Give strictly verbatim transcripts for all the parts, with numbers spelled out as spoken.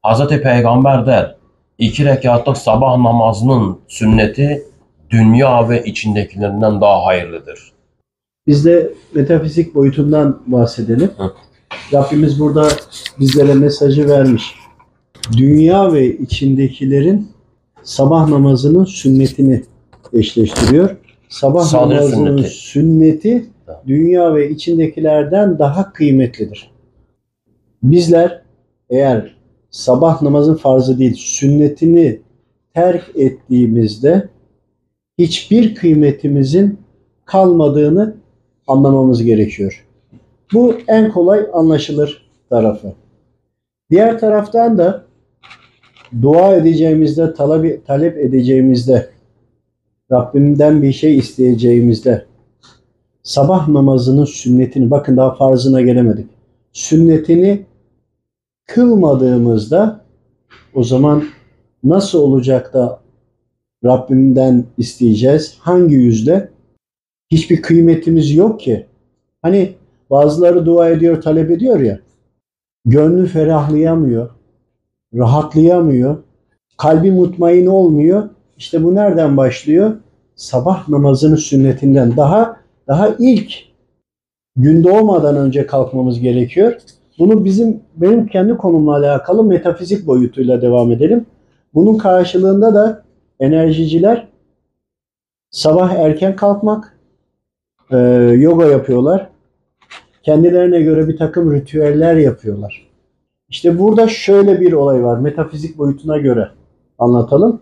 Hazreti Peygamber der, iki rekatlık sabah namazının sünneti dünya ve içindekilerinden daha hayırlıdır. Biz de metafizik boyutundan bahsedelim. Hı. Rabbimiz burada bizlere mesajı vermiş. Dünya ve içindekilerin sabah namazının sünnetini eşleştiriyor. Sabah Sadece namazının sünneti. sünneti dünya ve içindekilerden daha kıymetlidir. Bizler eğer sabah namazın farzı değil, sünnetini terk ettiğimizde hiçbir kıymetimizin kalmadığını anlamamız gerekiyor. Bu en kolay anlaşılır tarafı. Diğer taraftan da dua edeceğimizde, talep, talep edeceğimizde, Rabbimden bir şey isteyeceğimizde sabah namazının sünnetini, bakın daha farzına gelemedik, sünnetini kılmadığımızda o zaman nasıl olacak da Rabbimden isteyeceğiz? Hangi yüzle? Hiçbir kıymetimiz yok ki. Hani bazıları dua ediyor, talep ediyor ya, gönlü ferahlayamıyor, rahatlayamıyor, kalbi mutmain olmuyor. İşte bu nereden başlıyor? Sabah namazının sünnetinden. Daha daha ilk gün doğmadan önce kalkmamız gerekiyor. Bunu bizim benim kendi konumla alakalı metafizik boyutuyla devam edelim. Bunun karşılığında da enerjiciler sabah erken kalkmak, e, yoga yapıyorlar. Kendilerine göre bir takım ritüeller yapıyorlar. İşte burada şöyle bir olay var. Metafizik boyutuna göre anlatalım.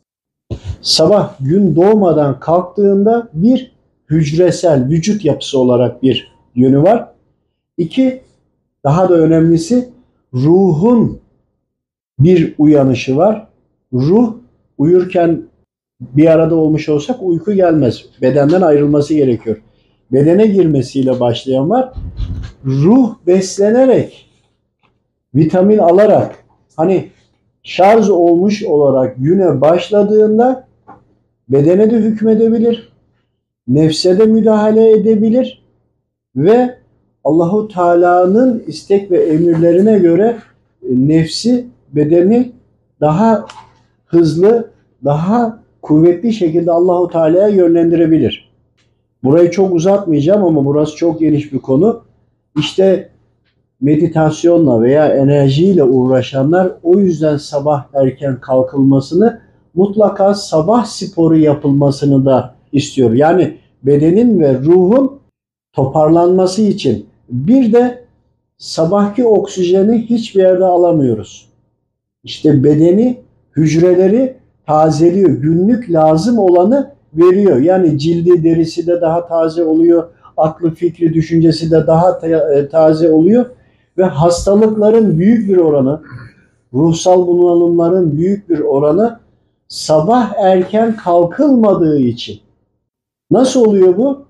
Sabah gün doğmadan kalktığında bir hücresel vücut yapısı olarak bir yönü var. İki, daha da önemlisi ruhun bir uyanışı var. Ruh uyurken bir arada olmuş olsak uyku gelmez. Bedenden ayrılması gerekiyor. Bedene girmesiyle başlayan var. Ruh beslenerek, vitamin alarak, hani şarj olmuş olarak güne başladığında bedene de hükmedebilir, nefse de müdahale edebilir ve Allahu Teala'nın istek ve emirlerine göre nefsi, bedeni daha hızlı, daha kuvvetli şekilde Allahu Teala'ya yönlendirebilir. Burayı çok uzatmayacağım ama burası çok geniş bir konu. İşte meditasyonla veya enerjiyle uğraşanlar o yüzden sabah erken kalkılmasını, mutlaka sabah sporu yapılmasını da istiyor. Yani bedenin ve ruhun toparlanması için. Bir de sabahki oksijeni hiçbir yerde alamıyoruz. İşte bedeni, hücreleri tazeliyor. Günlük lazım olanı veriyor. Yani cildi, derisi de daha taze oluyor. Aklı, fikri, düşüncesi de daha taze oluyor. Ve hastalıkların büyük bir oranı, ruhsal bunalımların büyük bir oranı sabah erken kalkılmadığı için. Nasıl oluyor bu?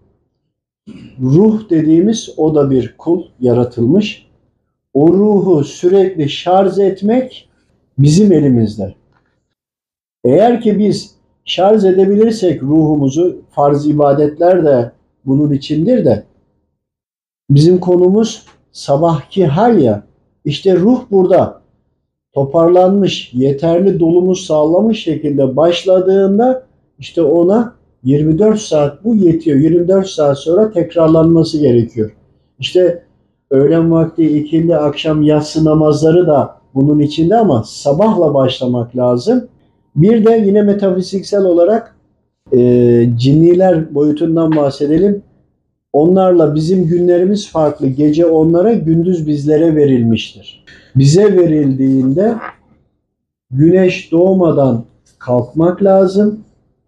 Ruh dediğimiz o da bir kul, yaratılmış. O ruhu sürekli şarj etmek bizim elimizde. Eğer ki biz şarj edebilirsek ruhumuzu, farz ibadetler de bunun içindir de, bizim konumuz sabahki hal ya, işte ruh burada toparlanmış, yeterli dolumu sağlamış şekilde başladığında işte ona yirmi dört saat bu yetiyor. yirmi dört saat sonra tekrarlanması gerekiyor. İşte öğlen vakti, ikindi, akşam, yatsı namazları da bunun içinde ama sabahla başlamak lazım. Bir de yine metafiziksel olarak e, cinniler boyutundan bahsedelim. Onlarla bizim günlerimiz farklı. Gece onlara, gündüz bizlere verilmiştir. Bize verildiğinde güneş doğmadan kalkmak lazım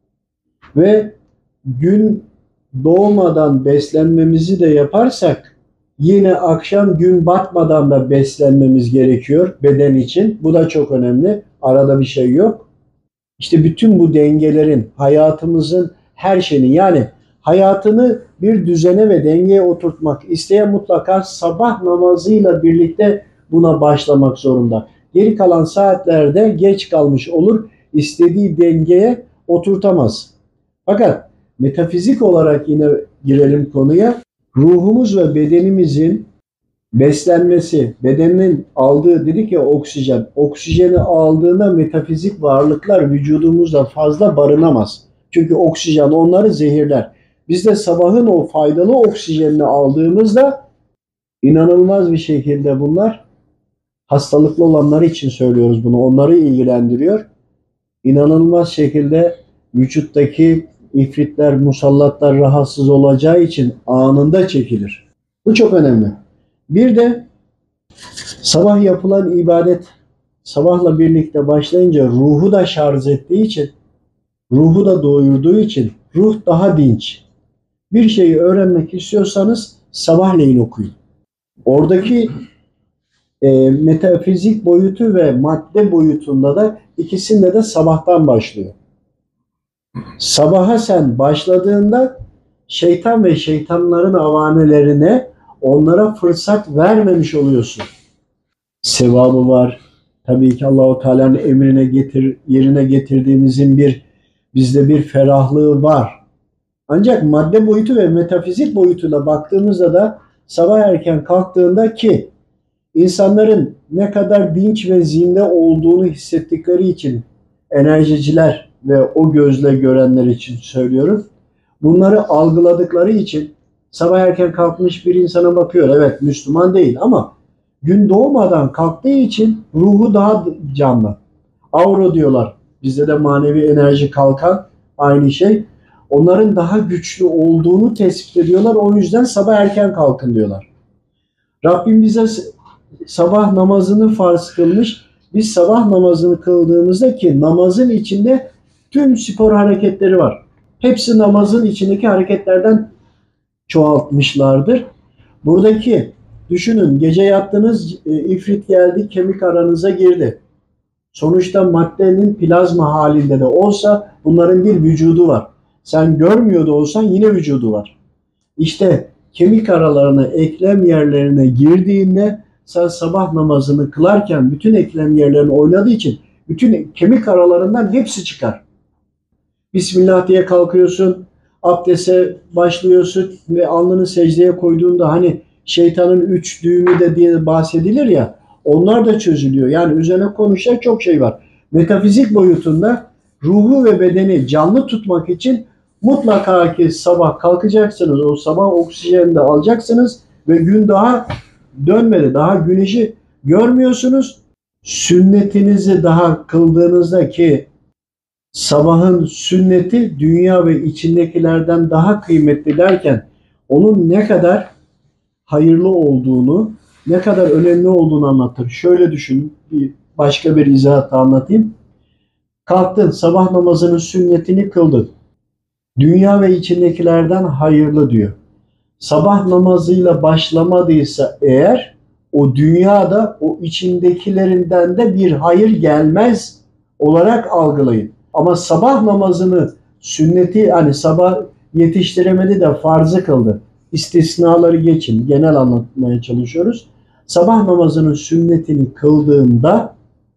ve gün doğmadan beslenmemizi de yaparsak yine akşam gün batmadan da beslenmemiz gerekiyor beden için. Bu da çok önemli. Arada bir şey yok. İşte bütün bu dengelerin, hayatımızın her şeyinin, yani hayatını bir düzene ve dengeye oturtmak isteyen mutlaka sabah namazıyla birlikte buna başlamak zorunda. Geri kalan saatlerde geç kalmış olur, istediği dengeye oturtamaz. Fakat metafizik olarak yine girelim konuya. Ruhumuz ve bedenimizin beslenmesi, bedeninin aldığı dedik ya oksijen. Oksijeni aldığında metafizik varlıklar vücudumuzda fazla barınamaz. Çünkü oksijen onları zehirler. Biz de sabahın o faydalı oksijenini aldığımızda inanılmaz bir şekilde bunlar hastalıklı olanlar için söylüyoruz bunu. Onları ilgilendiriyor. İnanılmaz şekilde vücuttaki ifritler, musallatlar rahatsız olacağı için anında çekilir. Bu çok önemli. Bir de sabah yapılan ibadet sabahla birlikte başlayınca ruhu da şarj ettiği için, ruhu da doyurduğu için ruh daha dinç. Bir şeyi öğrenmek istiyorsanız sabahleyin okuyun. Oradaki e, metafizik boyutu ve madde boyutunda da ikisinde de sabahtan başlıyor. Sabaha sen başladığında şeytan ve şeytanların avanelerine onlara fırsat vermemiş oluyorsun. Sevabı var. Tabii ki Allahu Teala'nın emrine getir, yerine getirdiğimizin bir bizde bir ferahlığı var. Ancak madde boyutu ve metafizik boyutuyla baktığımızda da sabah erken kalktığında ki insanların ne kadar dinç ve zinde olduğunu hissettikleri için enerjiciler ve o gözle görenler için söylüyorum. Bunları algıladıkları için sabah erken kalkmış bir insana bakıyor. Evet Müslüman değil ama gün doğmadan kalktığı için ruhu daha canlı. Aura diyorlar. Bizde de manevi enerji kalkan aynı şey. Onların daha güçlü olduğunu tespit ediyorlar. O yüzden sabah erken kalkın diyorlar. Rabbim bize sabah namazını farz kılmış. Biz sabah namazını kıldığımızda ki namazın içinde tüm spor hareketleri var. Hepsi namazın içindeki hareketlerden çoğaltmışlardır. Buradaki düşünün gece yattınız ifrit geldi kemik aranıza girdi. Sonuçta maddenin plazma halinde de olsa bunların bir vücudu var. Sen görmüyor da olsan yine vücudu var. İşte kemik aralarına, eklem yerlerine girdiğinde sen sabah namazını kılarken bütün eklem yerlerini oynadığı için bütün kemik aralarından hepsi çıkar. Bismillah diye kalkıyorsun, abdeste başlıyorsun ve alnını secdeye koyduğunda hani şeytanın üç düğümü de diye bahsedilir ya, onlar da çözülüyor. Yani üzerine konuşacak çok şey var. Metafizik boyutunda ruhu ve bedeni canlı tutmak için mutlaka ki sabah kalkacaksınız. O sabah oksijeni de alacaksınız ve gün daha dönmedi. Daha güneşi görmüyorsunuz. Sünnetinizi daha kıldığınızda ki sabahın sünneti dünya ve içindekilerden daha kıymetli derken onun ne kadar hayırlı olduğunu, ne kadar önemli olduğunu anlatır. Şöyle düşünün, bir başka bir izahatla anlatayım. Kalktın, sabah namazının sünnetini kıldın. Dünya ve içindekilerden hayırlı diyor. Sabah namazıyla başlamadıysa eğer o dünyada o içindekilerinden de bir hayır gelmez olarak algılayın. Ama sabah namazını sünneti hani sabah yetiştiremedi de farzı kıldı. İstisnaları geçin. Genel anlatmaya çalışıyoruz. Sabah namazının sünnetini kıldığında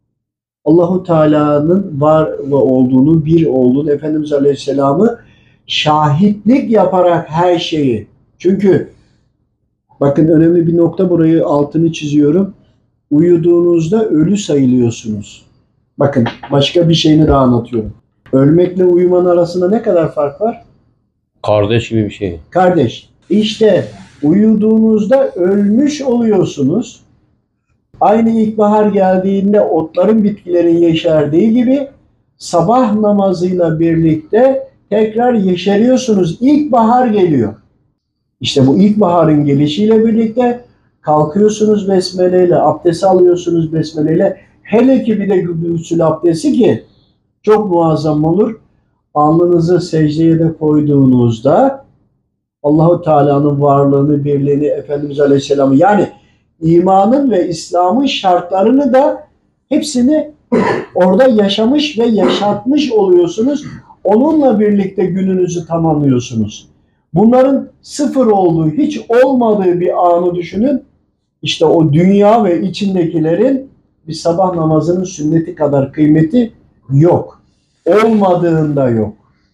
Allahu Teala'nın var olduğunu, bir olduğunu, Efendimiz Aleyhisselam'ı şahitlik yaparak her şeyi. Çünkü bakın önemli bir nokta, burayı altını çiziyorum. Uyuduğunuzda ölü sayılıyorsunuz. Bakın başka bir şeyini daha anlatıyorum. Ölmekle uyumanın arasında ne kadar fark var? Kardeş gibi bir şey. Kardeş. İşte uyuduğunuzda ölmüş oluyorsunuz. Aynı ilkbahar geldiğinde otların, bitkilerin yeşerdiği gibi sabah namazıyla birlikte tekrar yeşeriyorsunuz. İlkbahar geliyor. İşte bu ilkbaharın gelişiyle birlikte kalkıyorsunuz besmeleyle, abdest alıyorsunuz besmeleyle. Hele ki bir de gusül abdesti ki çok muazzam olur. Alnınızı secdeye de koyduğunuzda Allahu Teala'nın varlığını, birliğini, Efendimiz Aleyhisselam'ı yani imanın ve İslam'ın şartlarını da hepsini orada yaşamış ve yaşatmış oluyorsunuz. Onunla birlikte gününüzü tamamlıyorsunuz. Bunların sıfır olduğu, hiç olmadığı bir anı düşünün. İşte o dünya ve içindekilerin bir sabah namazının sünneti kadar kıymeti yok. Olmadığında yok.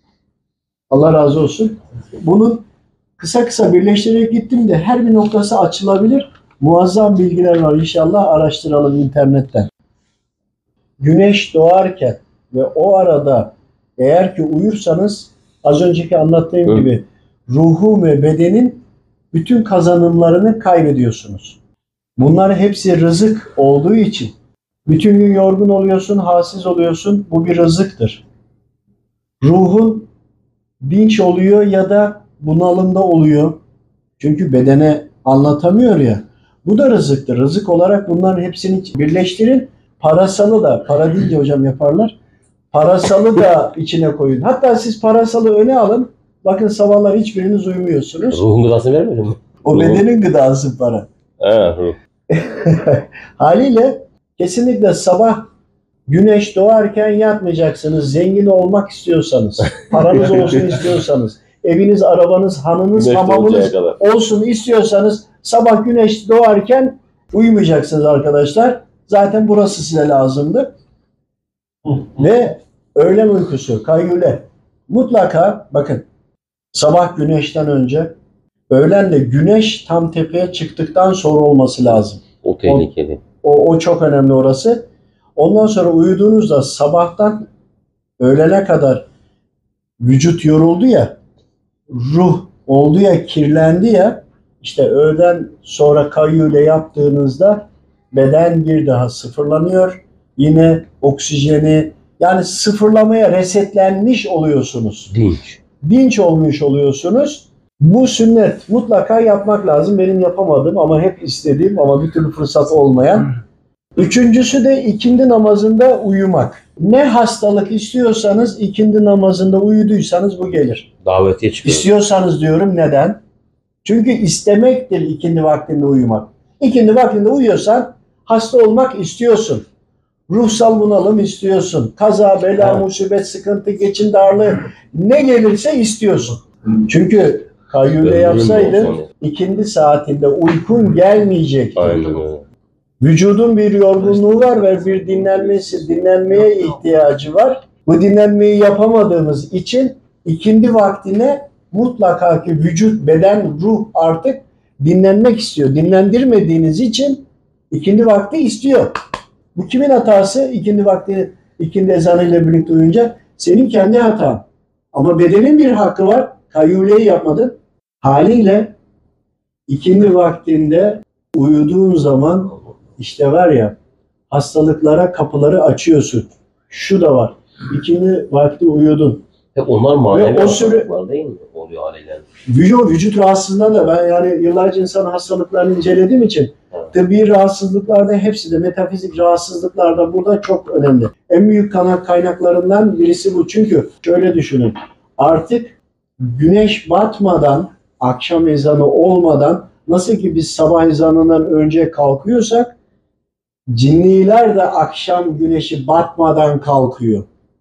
Allah razı olsun. Bunun kısa kısa birleştirerek gittim de her bir noktası açılabilir. Muazzam bilgiler var. İnşallah araştıralım internetten. Güneş doğarken ve o arada eğer ki uyursanız az önceki anlattığım Hı. gibi ruhu ve bedenin bütün kazanımlarını kaybediyorsunuz. Bunlar hepsi rızık olduğu için bütün gün yorgun oluyorsun, halsiz oluyorsun. Bu bir rızıktır. Ruhun dinç oluyor ya da bunalımda oluyor. Çünkü bedene anlatamıyor ya. Bu da rızıktır. Rızık olarak bunların hepsini birleştirin. Parasalı da, para deyince hocam yaparlar. Parasalı da içine koyun. Hatta siz parasalı öne alın. Bakın sabahlar hiçbiriniz uyumuyorsunuz. Ruhun gıdasını vermedin mi? O Ruhun- bedenin gıdası para. He, ruh. Haliyle kesinlikle sabah güneş doğarken yatmayacaksınız. Zengin olmak istiyorsanız, paranız olsun istiyorsanız, eviniz, arabanız, hanınız, Güneş hamamınız doğuncaya kadar. olsun istiyorsanız sabah güneş doğarken uyumayacaksınız arkadaşlar. Zaten burası size lazımdı. Ve öğlen uykusu, kayyule. Mutlaka bakın sabah güneşten önce, öğlen de güneş tam tepeye çıktıktan sonra olması lazım. O tehlikeli. O, o çok önemli orası. Ondan sonra uyuduğunuzda sabahtan öğlene kadar vücut yoruldu ya, ruh oldu ya, kirlendi ya, işte öğleden sonra kayyule yaptığınızda beden bir daha sıfırlanıyor. Yine oksijeni, yani sıfırlamaya resetlenmiş oluyorsunuz. Dinç. Dinç olmuş oluyorsunuz. Bu sünnet mutlaka yapmak lazım. Benim yapamadığım ama hep istediğim ama bir türlü fırsat olmayan. Üçüncüsü de ikindi namazında uyumak. Ne hastalık istiyorsanız ikindi namazında uyuduysanız bu gelir. Davetiye çıkıyor. İstiyorsanız diyorum, neden? Çünkü istemektir ikindi vaktinde uyumak. İkindi vaktinde uyuyorsan hasta olmak istiyorsun. Ruhsal bunalım istiyorsun. Kaza, bela, Evet. musibet, sıkıntı, geçim darlığı ne gelirse istiyorsun. Çünkü kayyule Ömrün yapsaydın olsun. ikindi saatinde uykun gelmeyecekti. Aynen öyle. Vücudun bir yorgunluğu var ve bir dinlenmesi, dinlenmeye ihtiyacı var. Bu dinlenmeyi yapamadığımız için ikindi vaktine mutlaka ki vücut, beden, ruh artık dinlenmek istiyor. Dinlendirmediğiniz için ikindi vakti istiyor. Bu kimin hatası? İkindi vakti, ikindi ezanıyla birlikte uyuyunca senin kendi hatan. Ama bedenin bir hakkı var. Kayyuleyi yapmadın. Haliyle ikindi vaktinde uyuduğun zaman işte var ya, hastalıklara kapıları açıyorsun. Şu da var. İkindi vakti uyudun. Hep onlar manevi Ve o süre- hastalıklar değil mi? Oluyor haliyle. Vücut, vücut rahatsızlığında da ben yani yıllarca insan hastalıklarını incelediğim için Evet. tıbbi rahatsızlıklarda hepsi de metafizik rahatsızlıklarda burada çok önemli. En büyük kanak kaynaklarından birisi bu. Çünkü şöyle düşünün. Artık güneş batmadan, akşam ezanı olmadan nasıl ki biz sabah ezanından önce kalkıyorsak cinniler de akşam güneşi batmadan kalkıyor.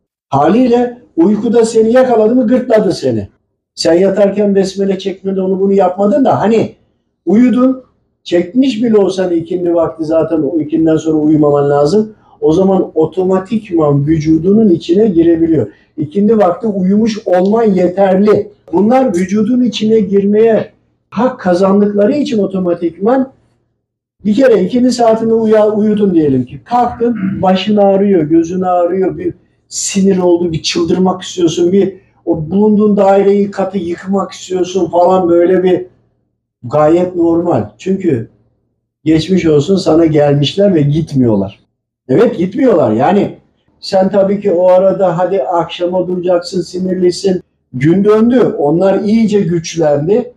Haliyle uykuda seni yakaladı mı gırtladı seni. Sen yatarken besmele çekmede onu bunu yapmadın da hani uyudun, çekmiş bile olsan ikindi vakti zaten o ikinden sonra uyumaman lazım. O zaman otomatikman vücudunun içine girebiliyor. İkindi vakti uyumuş olman yeterli. Bunlar vücudun içine girmeye hak kazandıkları için otomatikman bir kere ikindi saatinde uya, uyudun diyelim ki. Kalktın, başın ağrıyor, gözün ağrıyor, bir sinir oldu, bir çıldırmak istiyorsun, bir o bulunduğun daireyi, katı yıkmak istiyorsun falan, böyle bir gayet normal. Çünkü geçmiş olsun sana gelmişler ve gitmiyorlar. Evet, gitmiyorlar. Yani sen tabii ki o arada hadi akşama duracaksın, sinirlisin. Gün döndü. Onlar iyice güçlendi.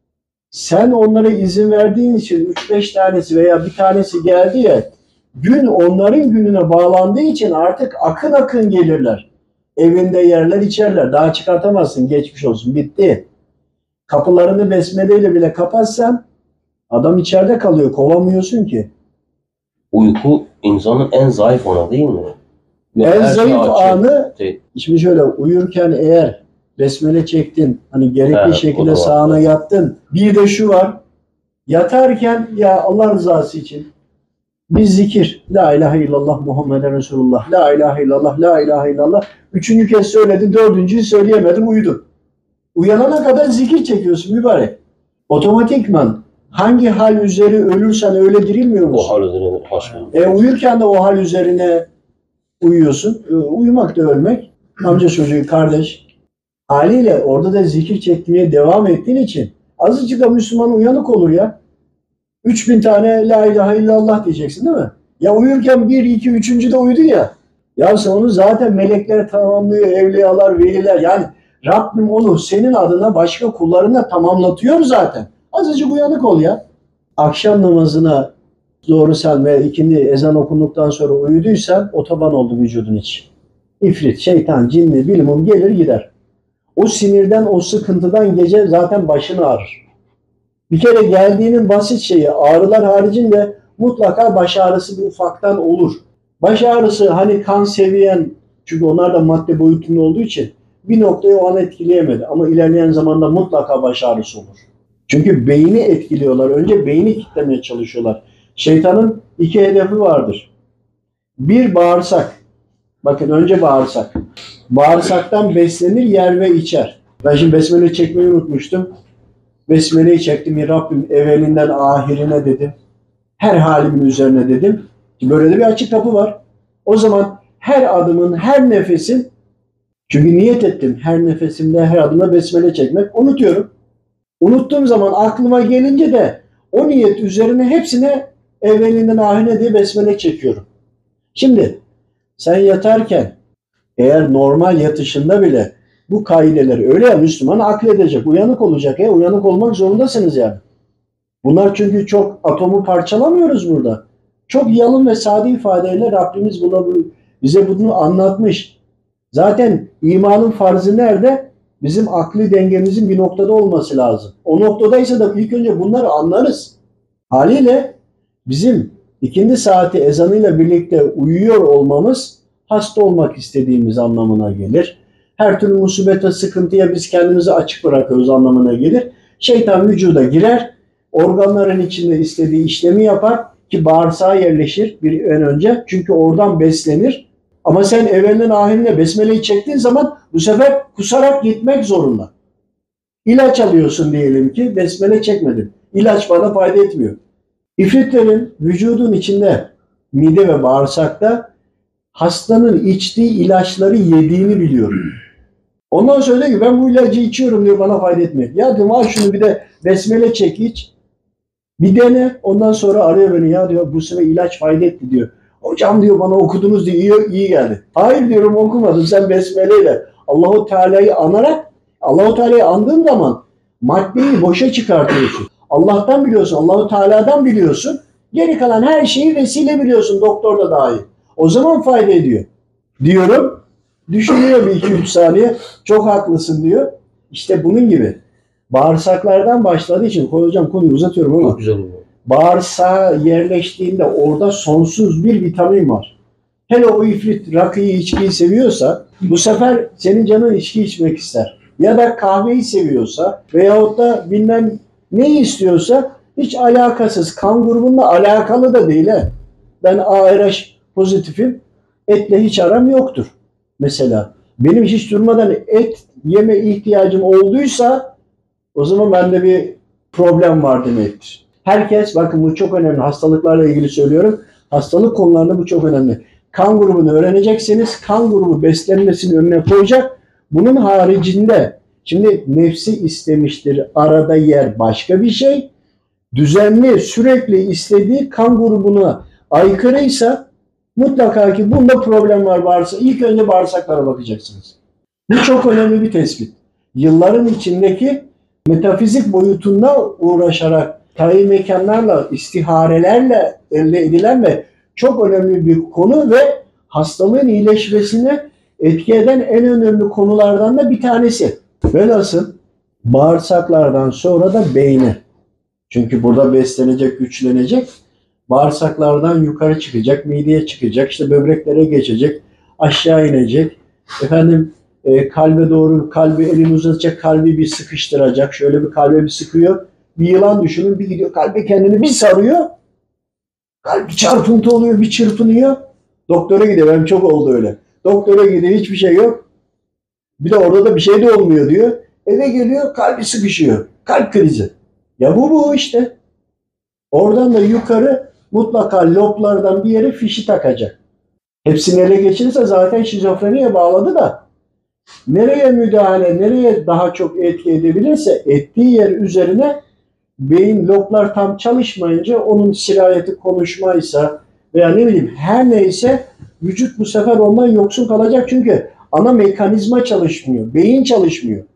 Sen onlara izin verdiğin için üç beş tanesi veya bir tanesi geldi ya, gün onların gününe bağlandığı için artık akın akın gelirler. Evinde yerler, içerler. Daha çıkartamazsın. Geçmiş olsun. Bitti. Kapılarını besmeleyle bile kapatsan adam içeride kalıyor. Kovamıyorsun ki. Uyku insanın en zayıf anı değil mi? Ya En her şey zayıf açık. anı, Şey, şimdi şöyle uyurken eğer besmele çektin, hani gerekli Evet, o şekilde da var. sağına yattın. Bir de şu var. Yatarken ya Allah rızası için bir zikir. La ilahe illallah Muhammeden Resulullah. La ilahe illallah, la ilahe illallah. Üçüncü kez söyledin, dördüncüyü söyleyemedin, uyudun. Uyanana kadar zikir çekiyorsun mübarek. Otomatikman hangi hal üzere ölürsen öyle dirilmiyor O musun? hal üzerine haşm. E uyurken de o hal üzerine uyuyorsun. E, uyumak da ölmek. Amca çocuğu, kardeş. Haliyle orada da zikir çekmeye devam ettiğin için azıcık da Müslüman uyanık olur ya. üç bin tane la ilahe illallah diyeceksin değil mi? Ya uyurken bir, iki, üçüncü de uyudun ya. Ya sen onu zaten melekler tamamlıyor, evliyalar, veliler. Yani Rabbim onu senin adına başka kullarına tamamlatıyor zaten. Azıcık uyanık ol ya. Akşam namazına doğru sen ve ikindi ezan okunduktan sonra uyuduysan otoban oldu vücudun içi. İfrit, şeytan, cinli, bilimum gelir gider. O sinirden, o sıkıntıdan gece zaten başın ağrır. Bir kere geldiğinin basit şeyi ağrılar haricinde mutlaka baş ağrısı bir ufaktan olur. Baş ağrısı hani kan seviyen, çünkü onlar da madde boyutunda olduğu için bir noktayı o an etkileyemedi. Ama ilerleyen zamanda mutlaka baş ağrısı olur. Çünkü beyni etkiliyorlar. Önce beyni kitlemeye çalışıyorlar. Şeytanın iki hedefi vardır. Bir, bağırsak. Bakın önce bağırsak. Bağırsaktan beslenir, yer ve içer. Ben şimdi besmele çekmeyi unutmuştum. Besmele'yi çektim. Ya Rabbim evvelinden ahirine dedim. Her halimin üzerine dedim. Böyle de bir açık kapı var. O zaman her adımın, her nefesin, çünkü niyet ettim her nefesimde, her adımda besmele çekmek, unutuyorum. Unuttuğum zaman aklıma gelince de o niyet üzerine hepsine evvelinden ahirine diye besmele çekiyorum. Şimdi sen yatarken eğer normal yatışında bile bu kaideleri öyle ya Müslüman akledecek, uyanık olacak. Ya, uyanık olmak zorundasınız yani. Bunlar çünkü çok atomu parçalamıyoruz burada. Çok yalın ve sade ifadeyle Rabbimiz buna, bize bunu anlatmış. Zaten imanın farzı nerede? Bizim akli dengemizin bir noktada olması lazım. O noktadaysa da ilk önce bunları anlarız. Haliyle bizim ikindi saati ezanıyla birlikte uyuyor olmamız hasta olmak istediğimiz anlamına gelir. Her türlü musibete, sıkıntıya biz kendimizi açık bırakıyoruz anlamına gelir. Şeytan vücuda girer, organların içinde istediği işlemi yapar ki bağırsağa yerleşir bir en önce. Çünkü oradan beslenir. Ama sen evvelinden ahirine besmeleyi çektiğin zaman bu sefer kusarak gitmek zorunda. İlaç alıyorsun diyelim ki besmele çekmedin. İlaç bana fayda etmiyor. İfritlerin vücudun içinde, mide ve bağırsakta hastanın içtiği ilaçları yediğini biliyorum. Ondan sonra diyor ki ben bu ilacı içiyorum diyor, bana fayda etmiyor. Ya diyorum al şunu bir de besmele çek iç. Bir dene, ondan sonra arıyor beni, ya diyor bu sefer ilaç fayda etti diyor. Hocam diyor bana okudunuz diye iyi, iyi geldi. Hayır diyorum okumadım, sen besmeleyle Allahu Teala'yı anarak, Allahu Teala'yı andığın zaman maddeyi boşa çıkartıyorsun. Allah'tan biliyorsun, Allahu Teala'dan biliyorsun. Geri kalan her şeyi vesile biliyorsun, doktor da dahil. O zaman fayda ediyor. Diyorum, düşünüyor bir iki üç saniye, çok haklısın diyor. İşte bunun gibi. Bağırsaklardan başladığı için, hocam konuyu uzatıyorum ama. Çok güzel oldu. Bağırsağa yerleştiğinde orada sonsuz bir vitamin var. Hele o ifrit rakıyı, içkiyi seviyorsa bu sefer senin canın içki içmek ister. Ya da kahveyi seviyorsa veyahut da bilmem neyi istiyorsa hiç alakasız, kan grubunla alakalı da değil. He. Ben A R H pozitifim, etle hiç aram yoktur mesela. Benim hiç durmadan et yeme ihtiyacım olduysa o zaman bende bir problem var demektir. Herkes, bakın bu çok önemli, hastalıklarla ilgili söylüyorum. Hastalık konularında bu çok önemli. Kan grubunu öğreneceksiniz. Kan grubu beslenmesini önüne koyacak. Bunun haricinde şimdi nefsi istemiştir. Arada yer başka bir şey. Düzenli, sürekli istediği kan grubuna aykırıysa mutlaka ki bunda problem var varsa ilk önce bağırsaklara bakacaksınız. Bu çok önemli bir tespit. Yılların içindeki metafizik boyutunda uğraşarak tayin mekanlarla, istiharelerle elde edilen ve çok önemli bir konu ve hastalığın iyileşmesine etki eden en önemli konulardan da bir tanesi. Velhasıl bağırsaklardan sonra da beyni. Çünkü burada beslenecek, güçlenecek. Bağırsaklardan yukarı çıkacak, mideye çıkacak, işte böbreklere geçecek, aşağı inecek. Efendim e, kalbe doğru, kalbi elini uzatacak, kalbi bir sıkıştıracak. Şöyle bir kalbe bir sıkıyor. Bir yılan düşünün, bir gidiyor kalbe kendini bir sarıyor. Kalp bir çarpıntı oluyor, bir çırpınıyor. Doktora gidiyor, benim çok oldu öyle. Doktora gidiyor, hiçbir şey yok. Bir de orada da bir şey de olmuyor diyor. Eve geliyor, kalbi sıkışıyor. Kalp krizi. Ya bu bu işte. Oradan da yukarı mutlaka loblardan bir yere fişi takacak. Hepsini ele geçirirse zaten şizofreniye bağladı da nereye müdahale, nereye daha çok etki edebilirse ettiği yer üzerine beyin loblar tam çalışmayınca onun sirayeti konuşmaysa veya ne bileyim her neyse vücut bu sefer ondan yoksun kalacak çünkü ana mekanizma çalışmıyor. Beyin çalışmıyor.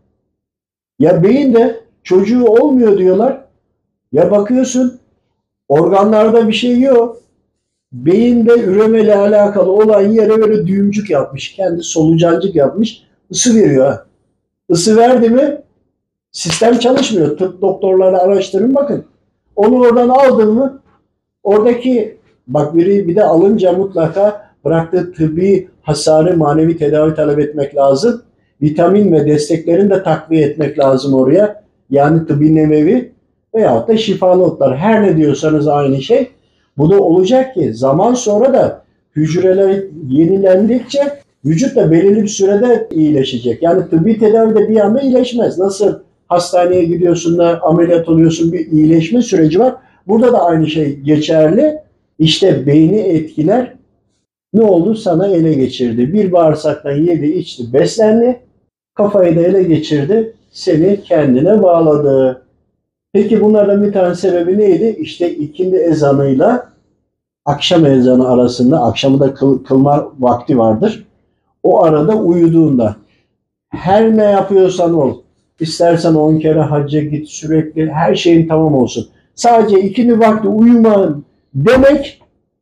Ya beyin de çocuğu olmuyor diyorlar. Ya bakıyorsun organlarda bir şey yok. Beyinde üremeyle alakalı olan yere böyle düğümcük yapmış. Kendi solucancık yapmış. Isı veriyor. Isı verdi mi sistem çalışmıyor. Tıp doktorları araştırın bakın. Onu oradan aldın mı oradaki bak biri bir de alınca mutlaka bıraktığı tıbbi hasarı manevi tedavi talep etmek lazım. Vitamin ve desteklerini de takviye etmek lazım oraya. Yani tıbbi nebevi veyahut da şifalı otlar. Her ne diyorsanız aynı şey. Bu da olacak ki zaman sonra da hücreler yenilendikçe vücut da belirli bir sürede iyileşecek. Yani tıbbi tedavi de bir anda iyileşmez. Nasıl hastaneye gidiyorsun da ameliyat oluyorsun bir iyileşme süreci var. Burada da aynı şey geçerli. İşte beyni etkiler. Ne oldu? Sana ele geçirdi. Bir bağırsaktan yedi, içti, beslendi. Kafayı da ele geçirdi. Seni kendine bağladı. Peki bunlardan bir tane sebebi neydi? İşte ikindi ezanıyla akşam ezanı arasında, akşamı da kıl, kılma vakti vardır. O arada uyuduğunda her ne yapıyorsan ol. İstersen on kere hacca git sürekli her şeyin tamam olsun. Sadece ikindi vakti uyuman demek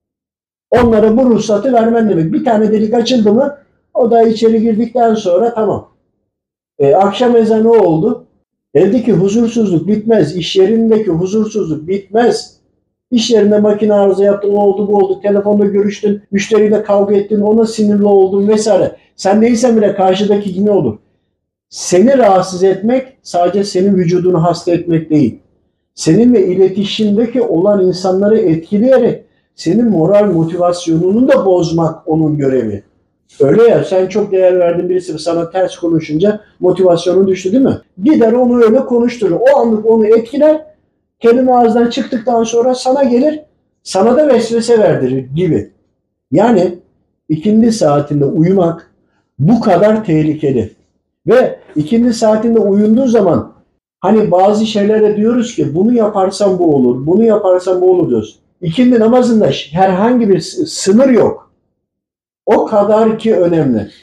onlara bu ruhsatı vermen demek. Bir tane delik açıldı mı o da içeri girdikten sonra tamam. E, akşam ezanı oldu. Evdeki huzursuzluk bitmez. İş yerindeki huzursuzluk bitmez. İş yerinde makine arıza yaptın, o oldu bu oldu. Telefonda görüştün, müşteriyle kavga ettin, ona sinirli oldun vesaire. Sen değilsen bile karşıdaki yine olur. Seni rahatsız etmek sadece senin vücudunu hasta etmek değil. Seninle iletişimdeki olan insanları etkileyerek senin moral motivasyonunu da bozmak onun görevi. Öyle ya sen çok değer verdiğin birisi sana ters konuşunca motivasyonun düştü değil mi? Gider onu öyle konuşturur. O anlık onu etkiler. Kelime ağızdan çıktıktan sonra sana gelir. Sana da vesvese verdirir gibi. Yani ikindi saatinde uyumak bu kadar tehlikeli. Ve ikindi saatinde uyunduğu zaman hani bazı şeylere diyoruz ki bunu yaparsam bu olur, bunu yaparsam bu olur diyoruz. İkindi namazında herhangi bir sınır yok. O kadar ki önemli.